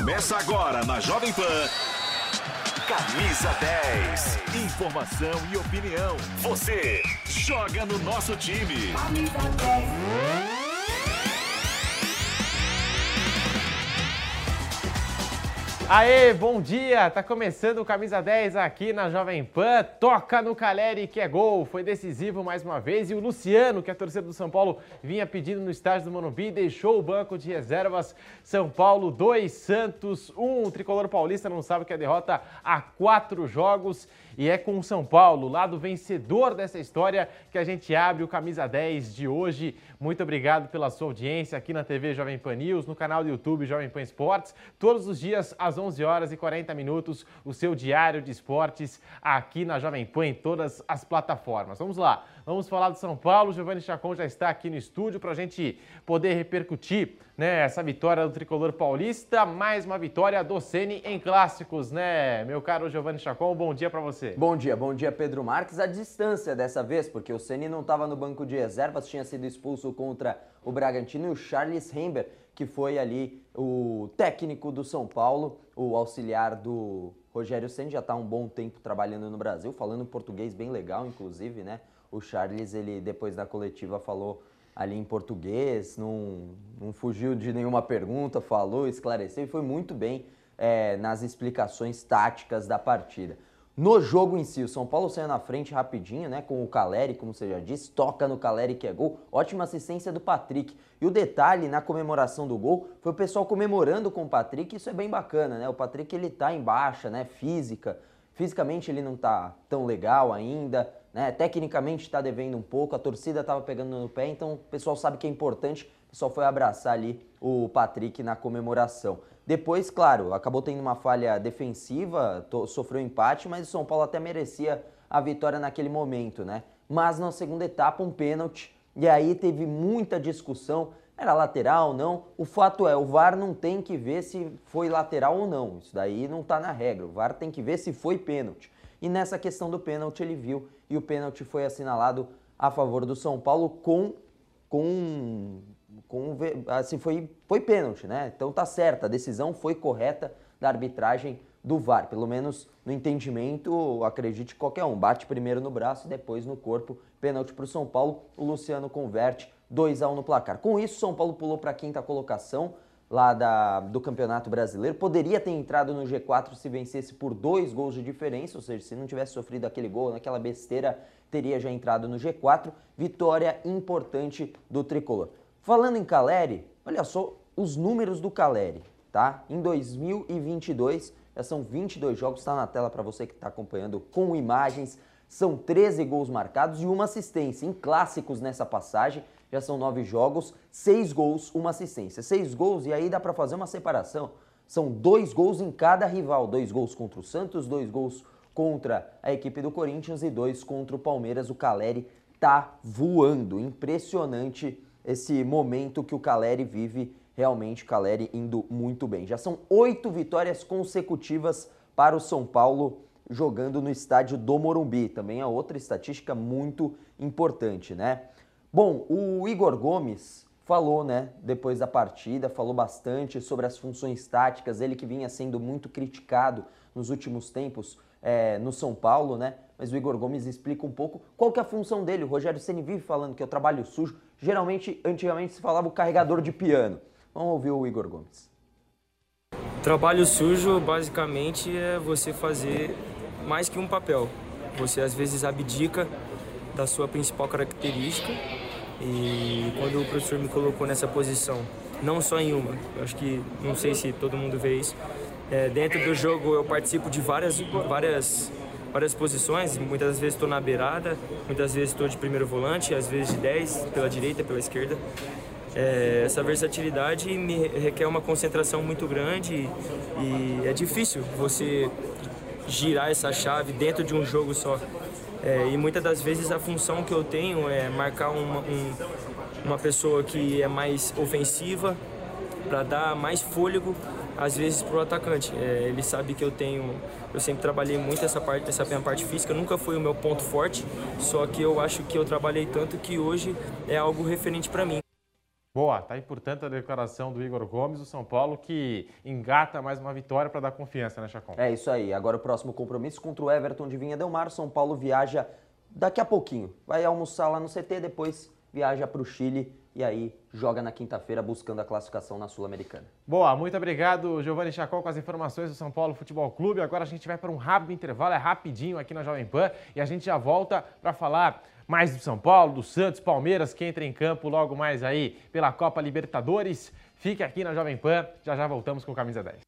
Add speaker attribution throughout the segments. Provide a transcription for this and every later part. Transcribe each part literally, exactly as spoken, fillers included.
Speaker 1: Começa agora na Jovem Pan. Camisa dez. Informação e opinião. Você joga no nosso time. Camisa dez.
Speaker 2: Aê, bom dia! Tá começando o Camisa dez aqui na Jovem Pan. Toca no Caleri que é gol. Foi decisivo mais uma vez. E o Luciano, que a torcida do São Paulo vinha pedindo no estádio do Morumbi, deixou o banco de reservas. São Paulo dois, Santos um. O tricolor paulista não sabe que é derrota há quatro jogos. E é com o São Paulo, lado vencedor dessa história, que a gente abre o Camisa dez de hoje. Muito obrigado pela sua audiência aqui na T V Jovem Pan News, no canal do YouTube Jovem Pan Esportes. Todos os dias às onze horas e quarenta minutos, o seu diário de esportes aqui na Jovem Pan em todas as plataformas. Vamos lá, vamos falar do São Paulo. Giovanni Chacon já está aqui no estúdio para a gente poder repercutir, né, essa vitória do tricolor paulista. Mais uma vitória do Ceni em clássicos, né, meu caro Giovanni Chacon? Bom dia para você.
Speaker 3: Bom dia, bom dia Pedro Marques. A distância dessa vez, porque o Ceni não estava no banco de reservas, tinha sido expulso contra o Bragantino, e o Charles Hember, que foi ali o técnico do São Paulo, o auxiliar do Rogério Ceni, já está há um bom tempo trabalhando no Brasil, falando português bem legal, inclusive, né? O Charles, ele depois da coletiva falou ali em português, não, não fugiu de nenhuma pergunta, falou, esclareceu e foi muito bem é, nas explicações táticas da partida. No jogo em si, o São Paulo saiu na frente rapidinho, né, com o Caleri, como você já disse, toca no Caleri que é gol, ótima assistência do Patrick. E o detalhe na comemoração do gol foi o pessoal comemorando com o Patrick, isso é bem bacana, né? O Patrick, ele tá em baixa, né, física, fisicamente ele não tá tão legal ainda, né, tecnicamente tá devendo um pouco, a torcida tava pegando no pé, então o pessoal sabe que é importante, o pessoal foi abraçar ali o Patrick na comemoração. Depois, claro, acabou tendo uma falha defensiva, sofreu empate, mas o São Paulo até merecia a vitória naquele momento, né? Mas na segunda etapa, um pênalti, e aí teve muita discussão, era lateral ou não? O fato é, o V A R não tem que ver se foi lateral ou não, isso daí não tá na regra, o V A R tem que ver se foi pênalti. E nessa questão do pênalti ele viu, e o pênalti foi assinalado a favor do São Paulo com... com Com, assim, foi, foi pênalti, né? Então tá certo, a decisão foi correta da arbitragem do V A R. Pelo menos no entendimento, acredite qualquer um. Bate primeiro no braço e depois no corpo. Pênalti para o São Paulo. O Luciano converte dois a um no placar. Com isso, o São Paulo pulou para a quinta colocação lá da, do Campeonato Brasileiro. Poderia ter entrado no G quatro se vencesse por dois gols de diferença, ou seja, se não tivesse sofrido aquele gol, naquela besteira, teria já entrado no G quatro. Vitória importante do tricolor. Falando em Caleri, olha só os números do Caleri, tá? Em dois mil e vinte e dois, já são vinte e dois jogos, está na tela para você que está acompanhando com imagens, são treze gols marcados e uma assistência. Em clássicos nessa passagem, já são nove jogos, seis gols, uma assistência. Seis gols e aí dá para fazer uma separação. São dois gols em cada rival, dois gols contra o Santos, dois gols contra a equipe do Corinthians e dois contra o Palmeiras. O Caleri tá voando, impressionante esse momento que o Caleri vive, realmente o Caleri indo muito bem. Já são oito vitórias consecutivas para o São Paulo jogando no estádio do Morumbi. Também é outra estatística muito importante, né? Bom, o Igor Gomes falou, né, depois da partida, falou bastante sobre as funções táticas, ele que vinha sendo muito criticado nos últimos tempos é, no São Paulo, né? Mas o Igor Gomes explica um pouco qual que é a função dele. O Rogério Ceni vive falando que é o trabalho sujo. Geralmente, antigamente se falava o carregador de piano. Vamos ouvir o Igor Gomes.
Speaker 4: Trabalho sujo, basicamente, é você fazer mais que um papel. Você, às vezes, abdica da sua principal característica. E quando o professor me colocou nessa posição, não só em uma, eu acho que, não sei se todo mundo vê isso, é, dentro do jogo eu participo de várias, várias, várias posições, muitas vezes estou na beirada, muitas vezes estou de primeiro volante, às vezes de dez, pela direita, pela esquerda. É, essa versatilidade me requer uma concentração muito grande e é difícil você girar essa chave dentro de um jogo só. É, e muitas das vezes a função que eu tenho é marcar uma, um, uma pessoa que é mais ofensiva para dar mais fôlego, às vezes, para o atacante. É, ele sabe que eu tenho, eu sempre trabalhei muito essa parte, essa minha parte física, nunca foi o meu ponto forte, só que eu acho que eu trabalhei tanto que hoje é algo referente para mim.
Speaker 2: Boa, tá aí, portanto, a declaração do Igor Gomes, o São Paulo, que engata mais uma vitória para dar confiança, né, Chacon?
Speaker 3: É isso aí. Agora o próximo compromisso contra o Everton de Vinha del Mar. São Paulo viaja daqui a pouquinho. Vai almoçar lá no C T, depois viaja para o Chile e aí joga na quinta-feira buscando a classificação na Sul-Americana.
Speaker 2: Boa, muito obrigado, Giovanni Chacon, com as informações do São Paulo Futebol Clube. Agora a gente vai para um rápido intervalo, é rapidinho aqui na Jovem Pan, e a gente já volta para falar mais do São Paulo, do Santos, Palmeiras, que entra em campo logo mais aí pela Copa Libertadores. Fique aqui na Jovem Pan, já já voltamos com o Camisa dez.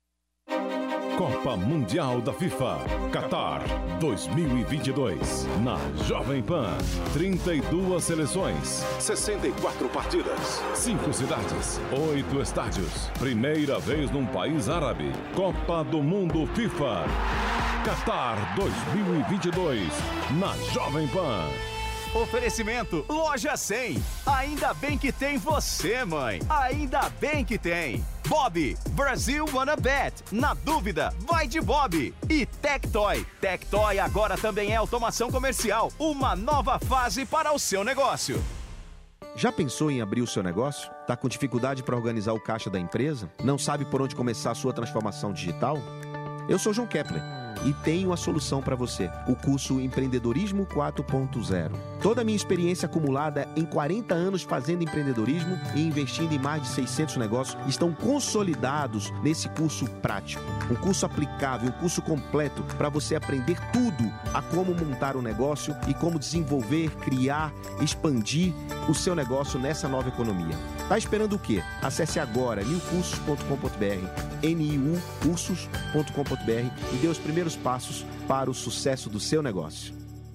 Speaker 1: Copa Mundial da FIFA, Qatar dois mil e vinte e dois, na Jovem Pan. trinta e duas seleções, sessenta e quatro partidas, cinco cidades, oito estádios. Primeira vez num país árabe. Copa do Mundo FIFA, Qatar dois mil e vinte e dois, na Jovem Pan.
Speaker 5: Oferecimento Loja cem. Ainda bem que tem você, mãe. Ainda bem que tem. Bob, Brasil Wanna Bet. Na dúvida, vai de Bob. E Tectoy. Tectoy agora também é automação comercial. Uma nova fase para o seu negócio.
Speaker 6: Já pensou em abrir o seu negócio? Tá com dificuldade para organizar o caixa da empresa? Não sabe por onde começar a sua transformação digital? Eu sou João Kepler e tenho a solução para você, o curso Empreendedorismo quatro ponto zero. Toda a minha experiência acumulada em quarenta anos fazendo empreendedorismo e investindo em mais de seiscentos negócios estão consolidados nesse curso prático. Um curso aplicável, um curso completo para você aprender tudo a como montar um negócio e como desenvolver, criar, expandir o seu negócio nessa nova economia. Tá esperando o quê? Acesse agora new cursos ponto com ponto br, N I U cursos ponto com ponto br e dê os primeiros passos para o sucesso do seu negócio.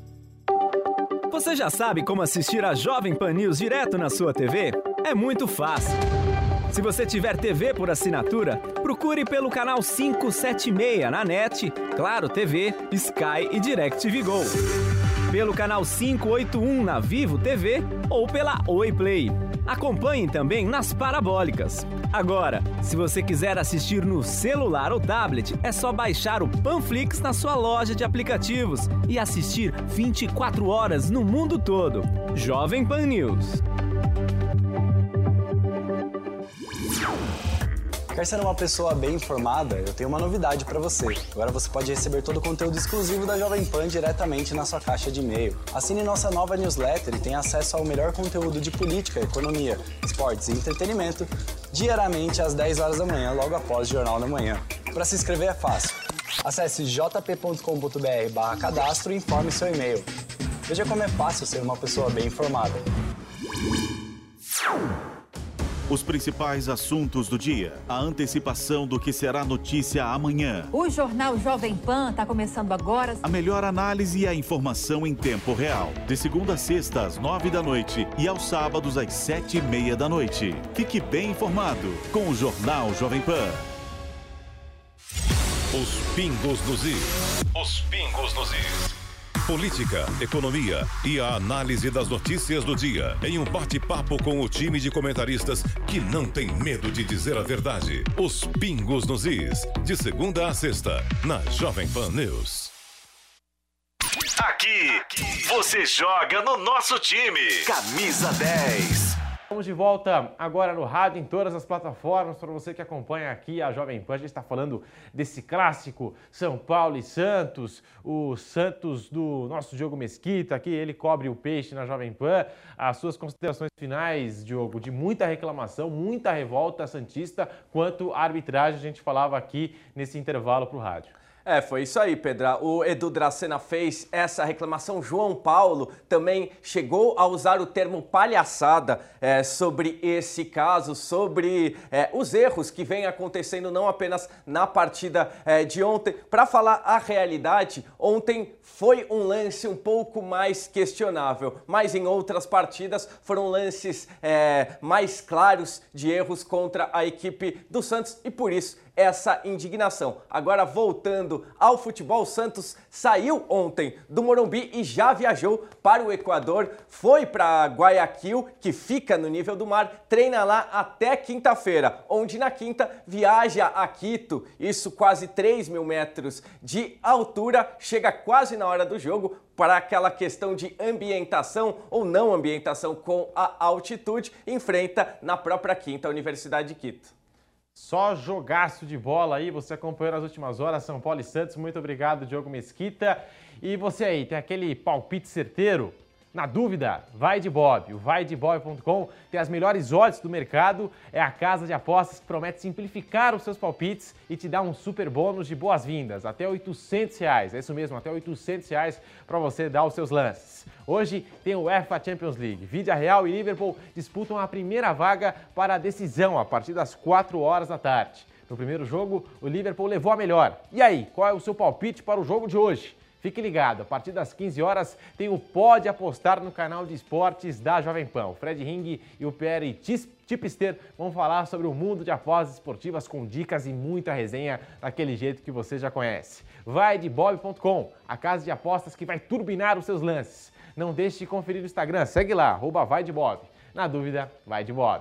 Speaker 7: Você já sabe como assistir a Jovem Pan News direto na sua T V? É muito fácil. Se você tiver T V por assinatura, procure pelo canal quinhentos e setenta e seis na NET, Claro T V, Sky e DirecTV Go. Pelo canal quinhentos e oitenta e um na Vivo T V ou pela Oi Play. Acompanhe também nas parabólicas. Agora, se você quiser assistir no celular ou tablet, é só baixar o Panflix na sua loja de aplicativos e assistir vinte e quatro horas no mundo todo. Jovem Pan News.
Speaker 8: Quer ser uma pessoa bem informada? Eu tenho uma novidade para você. Agora você pode receber todo o conteúdo exclusivo da Jovem Pan diretamente na sua caixa de e-mail. Assine nossa nova newsletter e tenha acesso ao melhor conteúdo de política, economia, esportes e entretenimento diariamente às dez horas da manhã, logo após o Jornal da Manhã. Para se inscrever é fácil. Acesse j p ponto com ponto br barra cadastro e informe seu e-mail. Veja como é fácil ser uma pessoa bem informada.
Speaker 1: Os principais assuntos do dia, a antecipação do que será notícia amanhã.
Speaker 9: O Jornal Jovem Pan está começando agora.
Speaker 1: A melhor análise e a informação em tempo real. De segunda a sexta, às nove da noite e aos sábados, às sete e meia da noite. Fique bem informado com o Jornal Jovem Pan. Os pingos nos is. Os pingos nos is. Política, economia e a análise das notícias do dia em um bate-papo com o time de comentaristas que não tem medo de dizer a verdade. Os pingos nos is, de segunda a sexta, na Jovem Pan News.
Speaker 5: Aqui, você joga no nosso time. Camisa dez.
Speaker 2: Estamos de volta agora no rádio, em todas as plataformas, para você que acompanha aqui a Jovem Pan. A gente está falando desse clássico São Paulo e Santos, o Santos do nosso Diogo Mesquita, aqui ele cobre o peixe na Jovem Pan. As suas considerações finais, Diogo, de muita reclamação, muita revolta santista quanto à arbitragem, a gente falava aqui nesse intervalo para o rádio.
Speaker 10: É, foi isso aí, Pedra. O Edu Dracena fez essa reclamação. João Paulo também chegou a usar o termo palhaçada é, sobre esse caso, sobre é, os erros que vêm acontecendo não apenas na partida é, de ontem. Para falar a realidade, ontem foi um lance um pouco mais questionável, mas em outras partidas foram lances é, mais claros de erros contra a equipe do Santos e por isso essa indignação. Agora voltando voltando ao futebol, o Santos saiu ontem do Morumbi e já viajou para o Equador, foi para Guayaquil, que fica no nível do mar, treina lá até quinta-feira, onde na quinta viaja a Quito, isso quase três mil metros de altura, chega quase na hora do jogo, para aquela questão de ambientação ou não ambientação com a altitude, enfrenta na própria quinta a Universidade de Quito.
Speaker 2: Só jogaço de bola aí, você acompanhou nas últimas horas São Paulo e Santos, muito obrigado, Diogo Mesquita. E você aí, tem aquele palpite certeiro? Na dúvida, vai de Bob. O vai de bob ponto com tem as melhores odds do mercado, é a casa de apostas que promete simplificar os seus palpites e te dar um super bônus de boas-vindas, até oitocentos reais, é isso mesmo, até oitocentos reais para você dar os seus lances. Hoje tem o UEFA Champions League, Villarreal e Liverpool disputam a primeira vaga para a decisão a partir das quatro horas da tarde. No primeiro jogo, o Liverpool levou a melhor. E aí, qual é o seu palpite para o jogo de hoje? Fique ligado, a partir das quinze horas tem o Pode Apostar no canal de esportes da Jovem Pan. O Fred Ring e o Pierre Tipster vão falar sobre o mundo de apostas esportivas com dicas e muita resenha daquele jeito que você já conhece. vai de bob ponto com, a casa de apostas que vai turbinar os seus lances. Não deixe de conferir o Instagram, segue lá, arroba vai de Bob. Na dúvida, vai de Bob.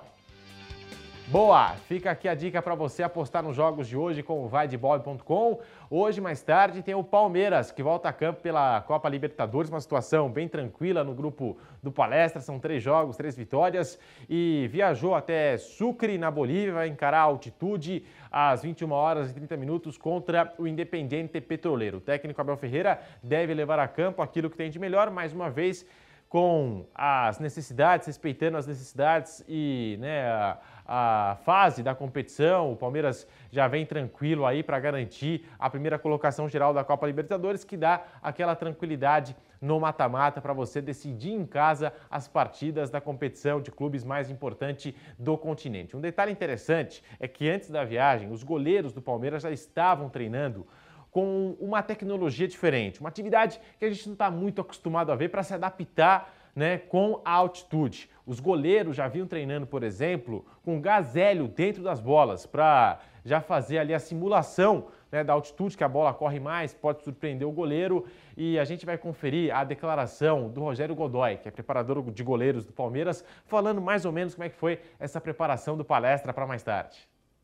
Speaker 2: Boa! Fica aqui a dica para você apostar nos jogos de hoje com o vai de bob ponto com. Hoje, mais tarde, tem o Palmeiras, que volta a campo pela Copa Libertadores, uma situação bem tranquila no grupo do Palestra, são três jogos, três vitórias, e viajou até Sucre, na Bolívia, vai encarar a altitude às vinte e uma horas e trinta minutos contra o Independiente Petroleiro. O técnico Abel Ferreira deve levar a campo aquilo que tem de melhor, mais uma vez, com as necessidades, respeitando as necessidades e né, a, a fase da competição. O Palmeiras já vem tranquilo aí para garantir a primeira colocação geral da Copa Libertadores, que dá aquela tranquilidade no mata-mata para você decidir em casa as partidas da competição de clubes mais importante do continente. Um detalhe interessante é que antes da viagem, os goleiros do Palmeiras já estavam treinando com uma tecnologia diferente, uma atividade que a gente não está muito acostumado a ver para se adaptar né, com a altitude. Os goleiros já vinham treinando, por exemplo, com gás hélio dentro das bolas para já fazer ali a simulação né, da altitude, que a bola corre mais, pode surpreender o goleiro. E a gente vai conferir a declaração do Rogério Godoy, que é preparador de goleiros do Palmeiras, falando mais ou menos como é que foi essa preparação do Palestra para mais tarde.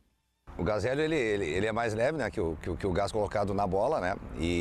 Speaker 11: O gás hélio, ele, ele, ele é mais leve, né, que o, que, que o gás colocado na bola, né,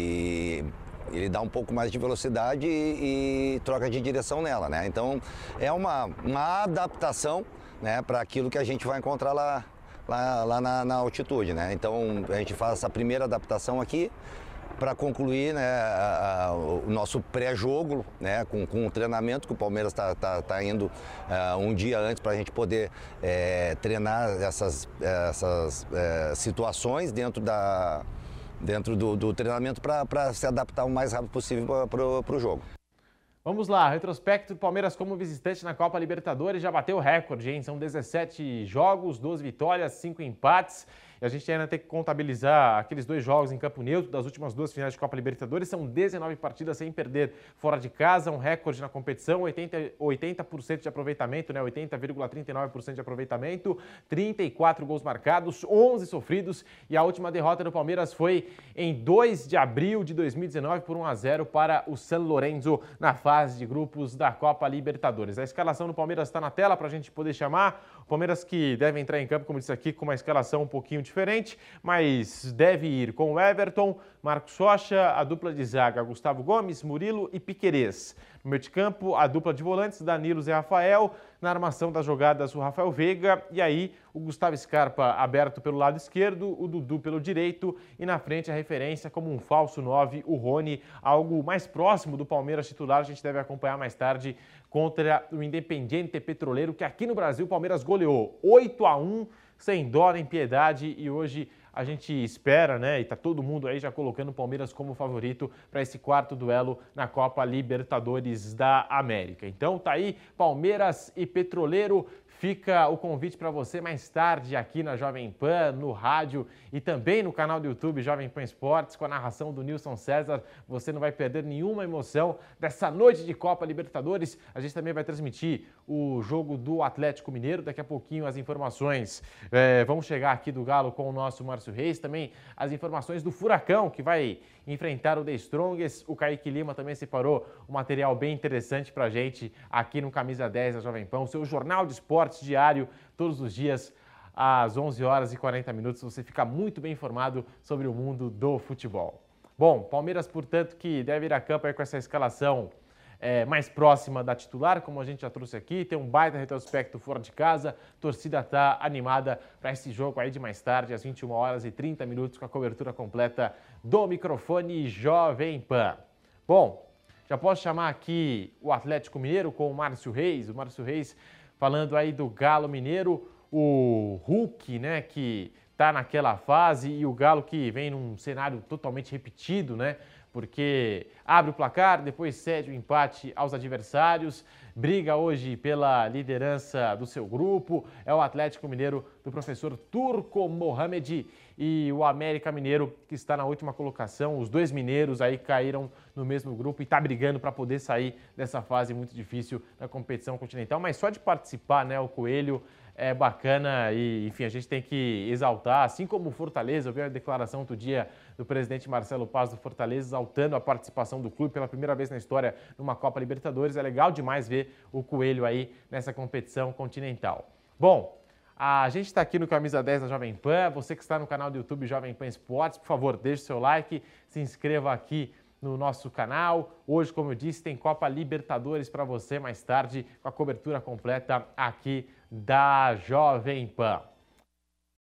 Speaker 11: e ele dá um pouco mais de velocidade e, e troca de direção nela, né, então é uma, uma adaptação, né, para aquilo que a gente vai encontrar lá, lá, lá na, na altitude, né, então a gente faz essa primeira adaptação aqui, para concluir né, a, a, o nosso pré-jogo né, com, com o treinamento que o Palmeiras está tá, tá indo uh, um dia antes para a gente poder é, treinar essas, essas é, situações dentro, da, dentro do, do treinamento para se adaptar o mais rápido possível para o jogo.
Speaker 2: Vamos lá, retrospecto do Palmeiras como visitante na Copa Libertadores já bateu o recorde, hein? São dezessete jogos, doze vitórias, cinco empates. E a gente ainda tem que contabilizar aqueles dois jogos em campo neutro das últimas duas finais de Copa Libertadores. São dezenove partidas sem perder fora de casa, um recorde na competição, oitenta por cento de aproveitamento, né? oitenta vírgula trinta e nove por cento de aproveitamento, trinta e quatro gols marcados, onze sofridos. E a última derrota do Palmeiras foi em dois de abril de dois mil e dezenove por um a zero para o San Lorenzo na fase de grupos da Copa Libertadores. A escalação do Palmeiras está na tela para a gente poder chamar. O Palmeiras que deve entrar em campo, como disse aqui, com uma escalação um pouquinho diferente, mas deve ir com o Everton, Marcos Rocha, a dupla de zaga Gustavo Gomes, Murilo e Piquerez. No meio de campo, a dupla de volantes Danilo e Rafael, na armação das jogadas o Rafael Veiga e aí o Gustavo Scarpa aberto pelo lado esquerdo, o Dudu pelo direito e na frente a referência como um falso nove, o Rony, algo mais próximo do Palmeiras titular, a gente deve acompanhar mais tarde contra o Independiente Petroleiro, que aqui no Brasil o Palmeiras goleou oito a um, sem dó nem piedade, e hoje a gente espera, né, e tá todo mundo aí já colocando o Palmeiras como favorito para esse quarto duelo na Copa Libertadores da América. Então tá aí, Palmeiras e Petroleiro, Fica o convite para você mais tarde aqui na Jovem Pan, no rádio e também no canal do YouTube Jovem Pan Esportes, com a narração do Nilson César. Você não vai perder nenhuma emoção dessa noite de Copa Libertadores. A gente também vai transmitir o jogo do Atlético Mineiro. Daqui a pouquinho as informações é, vão chegar aqui do Galo com o nosso Márcio Reis. Também as informações do Furacão, que vai enfrentar o The Strongest. O Kaique Lima também separou um material bem interessante para a gente aqui no Camisa dez da Jovem Pan, o seu jornal de esportes diário, todos os dias, às onze horas e quarenta minutos. Você fica muito bem informado sobre o mundo do futebol. Bom, Palmeiras, portanto, que deve ir a campo aí com essa escalação é, mais próxima da titular, como a gente já trouxe aqui. Tem um baita retrospecto fora de casa. A torcida está animada para esse jogo aí de mais tarde, às vinte e uma horas e trinta minutos, com a cobertura completa do microfone Jovem Pan. Bom, já posso chamar aqui o Atlético Mineiro com o Márcio Reis. O Márcio Reis falando aí do Galo Mineiro, o Hulk, né, que está naquela fase, e o Galo que vem num cenário totalmente repetido, né, porque abre o placar, depois cede o empate aos adversários, briga hoje pela liderança do seu grupo. É o Atlético Mineiro do professor Turco Mohamed e o América Mineiro, que está na última colocação. Os dois mineiros aí caíram no mesmo grupo e está brigando para poder sair dessa fase muito difícil da competição continental. Mas só de participar, né, o Coelho é bacana e, enfim, a gente tem que exaltar, assim como o Fortaleza. Eu vi a declaração outro dia do presidente Marcelo Paz do Fortaleza, exaltando a participação do clube pela primeira vez na história numa Copa Libertadores. É legal demais ver o Coelho aí nessa competição continental. Bom, a gente está aqui no Camisa dez da Jovem Pan. Você que está no canal do YouTube Jovem Pan Esportes, por favor, deixe seu like, se inscreva aqui no nosso canal. Hoje, como eu disse, tem Copa Libertadores para você mais tarde, com a cobertura completa aqui da Jovem Pan.